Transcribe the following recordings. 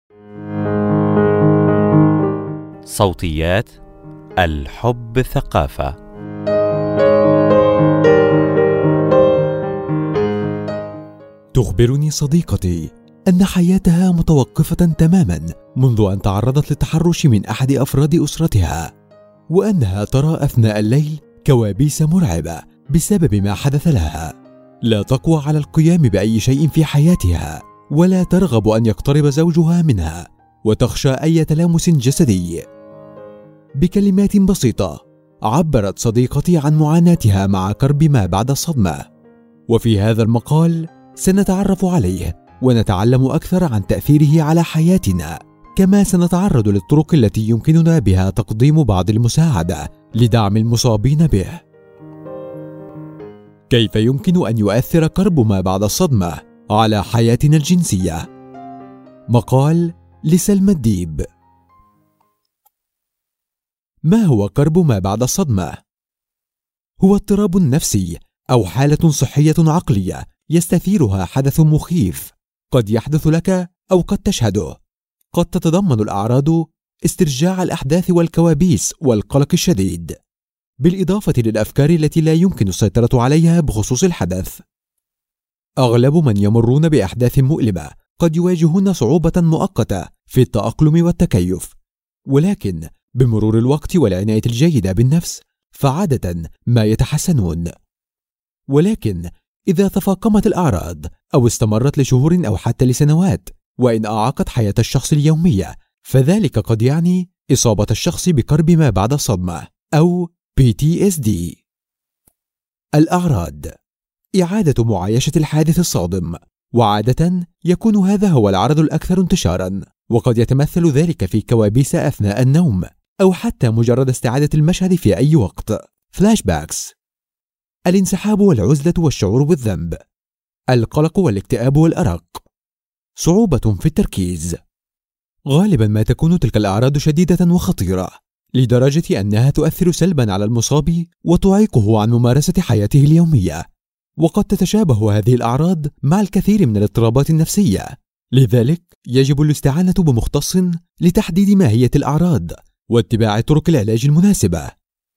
صوتيات الحب ثقافة. تخبرني صديقتي أن حياتها متوقفة تماما منذ أن تعرضت للتحرش من أحد أفراد أسرتها، وأنها ترى أثناء الليل كوابيس مرعبة بسبب ما حدث لها. لا تقوى على القيام بأي شيء في حياتها، ولا ترغب أن يقترب زوجها منها، وتخشى أي تلامس جسدي. بكلمات بسيطة عبرت صديقتي عن معاناتها مع كرب ما بعد الصدمة، وفي هذا المقال سنتعرف عليه ونتعلم أكثر عن تأثيره على حياتنا، كما سنتعرض للطرق التي يمكننا بها تقديم بعض المساعدة لدعم المصابين به. كيف يمكن أن يؤثر كرب ما بعد الصدمة على حياتنا الجنسية؟ مقال لسلمى الديب. ما هو كرب ما بعد الصدمة؟ هو اضطراب نفسي أو حالة صحية عقلية يستثيرها حدث مخيف قد يحدث لك أو قد تشهده. قد تتضمن الأعراض استرجاع الأحداث والكوابيس والقلق الشديد، بالإضافة للأفكار التي لا يمكن السيطرة عليها بخصوص الحدث. أغلب من يمرون بأحداث مؤلمة قد يواجهون صعوبة مؤقتة في التأقلم والتكيف، ولكن بمرور الوقت والعناية الجيدة بالنفس فعادة ما يتحسنون. ولكن إذا تفاقمت الأعراض أو استمرت لشهور أو حتى لسنوات، وإن أعاقت حياة الشخص اليومية، فذلك قد يعني إصابة الشخص بكرب ما بعد الصدمة أو PTSD. الأعراض: إعادة معايشة الحادث الصادم، وعادة يكون هذا هو العرض الأكثر انتشارا، وقد يتمثل ذلك في كوابيس أثناء النوم أو حتى مجرد استعادة المشهد في أي وقت. فلاش باكس: الانسحاب والعزلة والشعور بالذنب، القلق والاكتئاب والأرق، صعوبة في التركيز. غالبا ما تكون تلك الأعراض شديدة وخطيرة لدرجة أنها تؤثر سلبا على المصاب وتعيقه عن ممارسة حياته اليومية، وقد تتشابه هذه الأعراض مع الكثير من الاضطرابات النفسية. لذلك يجب الاستعانة بمختص لتحديد ماهية الأعراض واتباع طرق العلاج المناسبة.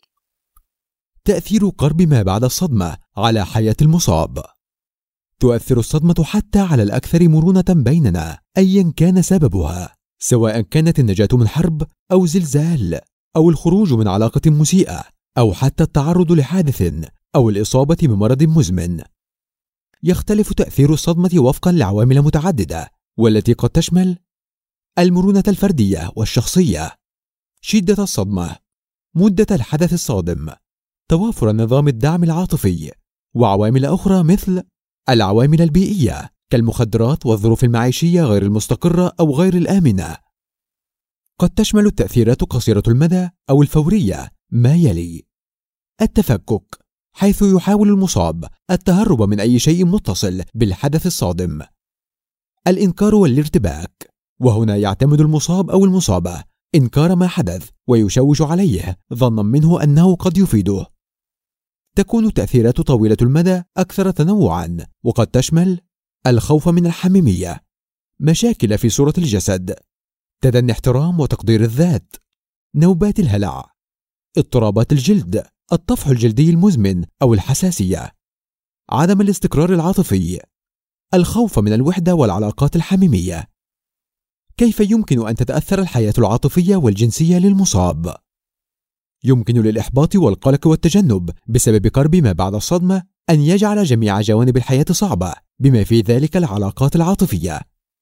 تأثير كرب ما بعد الصدمة على حياة المصاب: تؤثر الصدمة حتى على الأكثر مرونة بيننا أيا كان سببها، سواء كانت النجاة من حرب أو زلزال أو الخروج من علاقة مسيئة أو حتى التعرض لحادث أو الإصابة بمرض مزمن. يختلف تأثير الصدمة وفقا لعوامل متعددة، والتي قد تشمل المرونة الفردية والشخصية، شدة الصدمة، مدة الحدث الصادم، توافر نظام الدعم العاطفي، وعوامل أخرى مثل العوامل البيئية كالمخدرات والظروف المعيشية غير المستقرة أو غير الآمنة. قد تشمل التأثيرات قصيرة المدى أو الفورية ما يلي: التفكك، حيث يحاول المصاب التهرب من أي شيء متصل بالحدث الصادم. الإنكار والارتباك، وهنا يعتمد المصاب أو المصابة إنكار ما حدث ويشوش عليه ظنا منه أنه قد يفيده. تكون التأثيرات طويلة المدى أكثر تنوعا، وقد تشمل الخوف من الحميمية، مشاكل في صورة الجسد، تدني احترام وتقدير الذات، نوبات الهلع، اضطرابات الجلد، الطفح الجلدي المزمن أو الحساسية، عدم الاستقرار العاطفي، الخوف من الوحدة والعلاقات الحميمية. كيف يمكن أن تتأثر الحياة العاطفية والجنسية للمصاب؟ يمكن للإحباط والقلق والتجنب بسبب كرب ما بعد الصدمة أن يجعل جميع جوانب الحياة صعبة، بما في ذلك العلاقات العاطفية.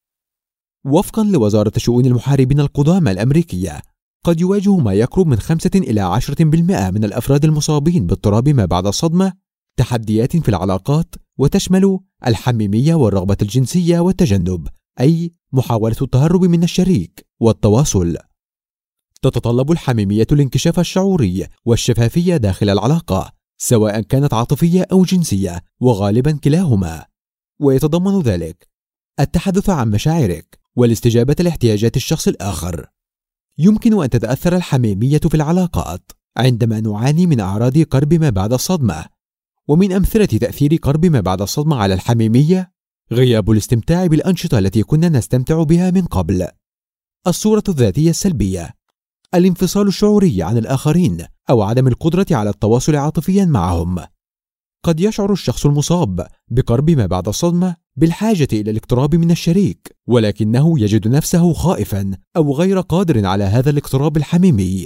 وفقا لوزارة شؤون المحاربين القدامى الأمريكية، قد يواجه ما يقرب من 5 إلى 10% من الأفراد المصابين باضطراب ما بعد الصدمة تحديات في العلاقات، وتشمل الحميمية والرغبة الجنسية والتجنب، أي محاولة التهرب من الشريك والتواصل. تتطلب الحميمية الانكشاف الشعوري والشفافية داخل العلاقة، سواء كانت عاطفية أو جنسية، وغالبا كلاهما، ويتضمن ذلك التحدث عن مشاعرك والاستجابة لاحتياجات الشخص الآخر. يمكن أن تتأثر الحميمية في العلاقات عندما نعاني من أعراض كرب ما بعد الصدمة. ومن أمثلة تأثير كرب ما بعد الصدمة على الحميمية غياب الاستمتاع بالأنشطة التي كنا نستمتع بها من قبل، الصورة الذاتية السلبية، الانفصال الشعوري عن الآخرين أو عدم القدرة على التواصل عاطفيا معهم. قد يشعر الشخص المصاب بقرب ما بعد الصدمة بالحاجة إلى الاقتراب من الشريك، ولكنه يجد نفسه خائفا أو غير قادر على هذا الاقتراب الحميمي.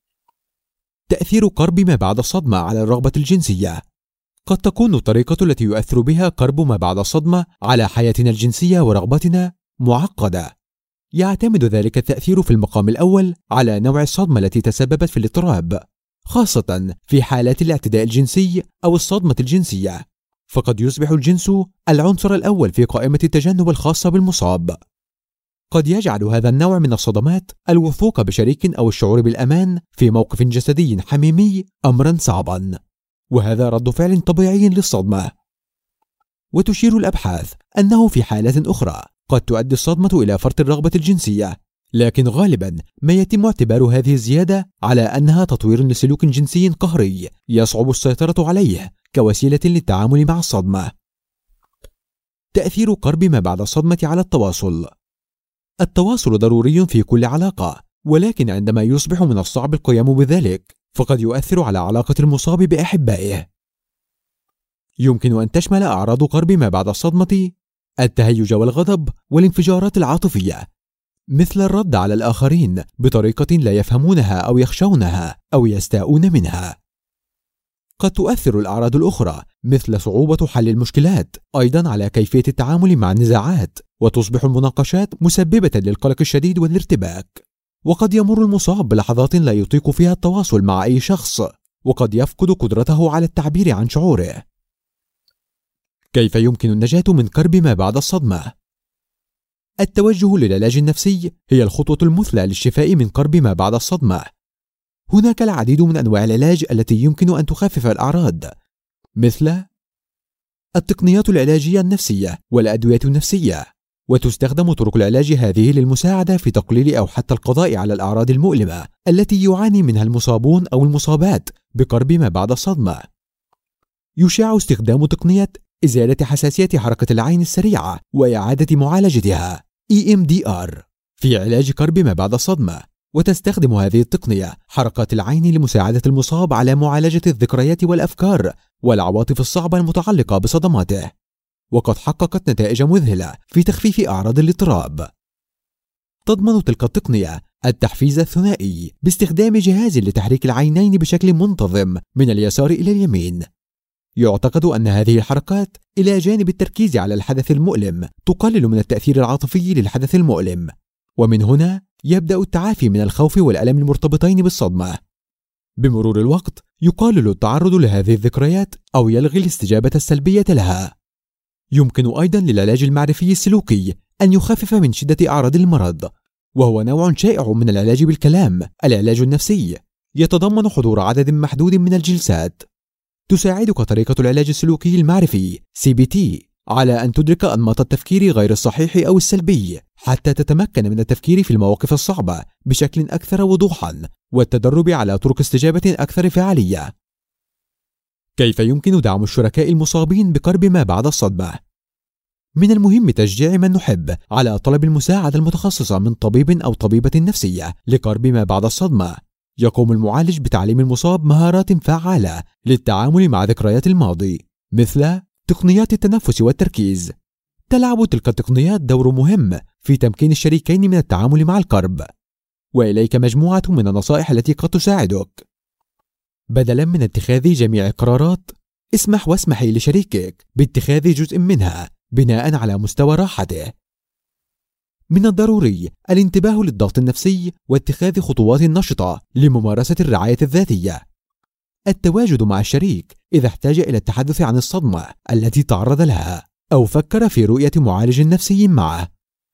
تأثير قرب ما بعد الصدمة على الرغبة الجنسية. قد تكون الطريقة التي يؤثر بها قرب ما بعد الصدمة على حياتنا الجنسية ورغبتنا معقدة. يعتمد ذلك التأثير في المقام الأول على نوع الصدمة التي تسببت في الاضطراب، خاصة في حالات الاعتداء الجنسي أو الصدمة الجنسية، فقد يصبح الجنس العنصر الأول في قائمة التجنب الخاصة بالمصاب. قد يجعل هذا النوع من الصدمات الوثوق بشريك أو الشعور بالأمان في موقف جسدي حميمي أمرا صعبا، وهذا رد فعل طبيعي للصدمة. وتشير الأبحاث أنه في حالات أخرى قد تؤدي الصدمة إلى فرط الرغبة الجنسية، لكن غالبا ما يتم اعتبار هذه الزيادة على أنها تطوير لسلوك جنسي قهري يصعب السيطرة عليه كوسيلة للتعامل مع الصدمة. تأثير قرب ما بعد الصدمة على التواصل. التواصل ضروري في كل علاقة، ولكن عندما يصبح من الصعب القيام بذلك فقد يؤثر على علاقة المصاب بأحبائه. يمكن أن تشمل أعراض قرب ما بعد الصدمة التهيج والغضب والانفجارات العاطفية، مثل الرد على الآخرين بطريقة لا يفهمونها أو يخشونها أو يستاءون منها. قد تؤثر الأعراض الأخرى مثل صعوبة حل المشكلات أيضا على كيفية التعامل مع النزاعات، وتصبح المناقشات مسببة للقلق الشديد والارتباك. وقد يمر المصاب بلحظات لا يطيق فيها التواصل مع أي شخص، وقد يفقد قدرته على التعبير عن شعوره. كيف يمكن النجاة من قرب ما بعد الصدمة؟ التوجه للعلاج النفسي هي الخطوة المثلى للشفاء من قرب ما بعد الصدمة. هناك العديد من أنواع العلاج التي يمكن أن تخفف الأعراض، مثل التقنيات العلاجية النفسية والأدوية النفسية، وتستخدم طرق العلاج هذه للمساعدة في تقليل أو حتى القضاء على الأعراض المؤلمة التي يعاني منها المصابون أو المصابات بقرب ما بعد الصدمة. يشاع استخدام تقنية إزالة حساسية حركة العين السريعة وإعادة معالجتها EMDR في علاج قرب ما بعد الصدمة، وتستخدم هذه التقنية حركات العين لمساعدة المصاب على معالجة الذكريات والأفكار والعواطف الصعبة المتعلقة بصدماته، وقد حققت نتائج مذهلة في تخفيف أعراض الاضطراب. تضمن تلك التقنية التحفيز الثنائي باستخدام جهاز لتحريك العينين بشكل منتظم من اليسار إلى اليمين. يعتقد أن هذه الحركات إلى جانب التركيز على الحدث المؤلم تقلل من التأثير العاطفي للحدث المؤلم، ومن هنا يبدأ التعافي من الخوف والألم المرتبطين بالصدمة. بمرور الوقت يقلل التعرض لهذه الذكريات أو يلغي الاستجابة السلبية لها. يمكن أيضا للعلاج المعرفي السلوكي أن يخفف من شدة أعراض المرض، وهو نوع شائع من العلاج بالكلام. العلاج النفسي يتضمن حضور عدد محدود من الجلسات. تساعدك طريقة العلاج السلوكي المعرفي CBT على أن تدرك أنماط التفكير غير الصحيح أو السلبي حتى تتمكن من التفكير في المواقف الصعبة بشكل أكثر وضوحا والتدرب على طرق استجابة أكثر فعالية. كيف يمكن دعم الشركاء المصابين بقرب ما بعد الصدمة؟ من المهم تشجيع من نحب على طلب المساعدة المتخصصة من طبيب أو طبيبة نفسية لقرب ما بعد الصدمة. يقوم المعالج بتعليم المصاب مهارات فعالة للتعامل مع ذكريات الماضي، مثل تقنيات التنفس والتركيز. تلعب تلك التقنيات دور مهم في تمكين الشريكين من التعامل مع القرب. وإليك مجموعة من النصائح التي قد تساعدك. بدلا من اتخاذ جميع القرارات، اسمحي لشريكك باتخاذ جزء منها بناء على مستوى راحته. من الضروري الانتباه للضغط النفسي واتخاذ خطوات نشطة لممارسة الرعاية الذاتية. التواجد مع الشريك إذا احتاج إلى التحدث عن الصدمة التي تعرض لها أو فكر في رؤية معالج نفسي معه.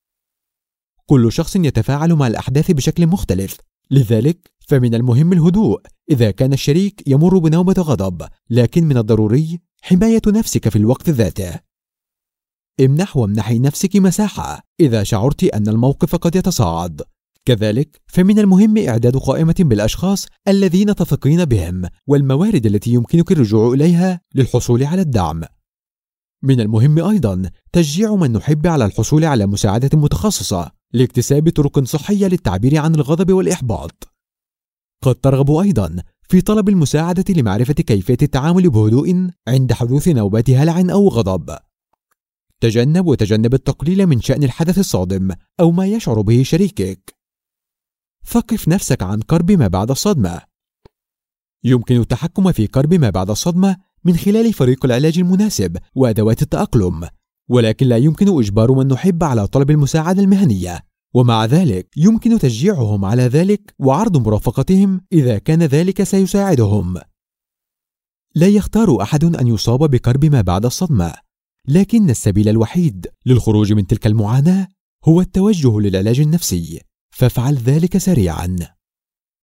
كل شخص يتفاعل مع الأحداث بشكل مختلف، لذلك فمن المهم الهدوء إذا كان الشريك يمر بنوبة غضب، لكن من الضروري حماية نفسك في الوقت ذاته. امنحي نفسك مساحة إذا شعرت أن الموقف قد يتصاعد. كذلك فمن المهم إعداد قائمة بالأشخاص الذين تثقين بهم والموارد التي يمكنك الرجوع إليها للحصول على الدعم. من المهم أيضا تشجيع من نحب على الحصول على مساعدة متخصصة لاكتساب طرق صحية للتعبير عن الغضب والإحباط. قد ترغب أيضا في طلب المساعدة لمعرفة كيفية التعامل بهدوء عند حدوث نوبات هلع أو غضب. وتجنب التقليل من شأن الحدث الصادم أو ما يشعر به شريكك. ثقف نفسك عن كرب ما بعد الصدمة. يمكن التحكم في كرب ما بعد الصدمة من خلال فريق العلاج المناسب وأدوات التأقلم، ولكن لا يمكن إجبار من نحب على طلب المساعدة المهنية، ومع ذلك يمكن تشجيعهم على ذلك وعرض مرافقتهم إذا كان ذلك سيساعدهم. لا يختار أحد أن يصاب بكرب ما بعد الصدمة، لكن السبيل الوحيد للخروج من تلك المعاناة هو التوجه للعلاج النفسي، فافعل ذلك سريعاً.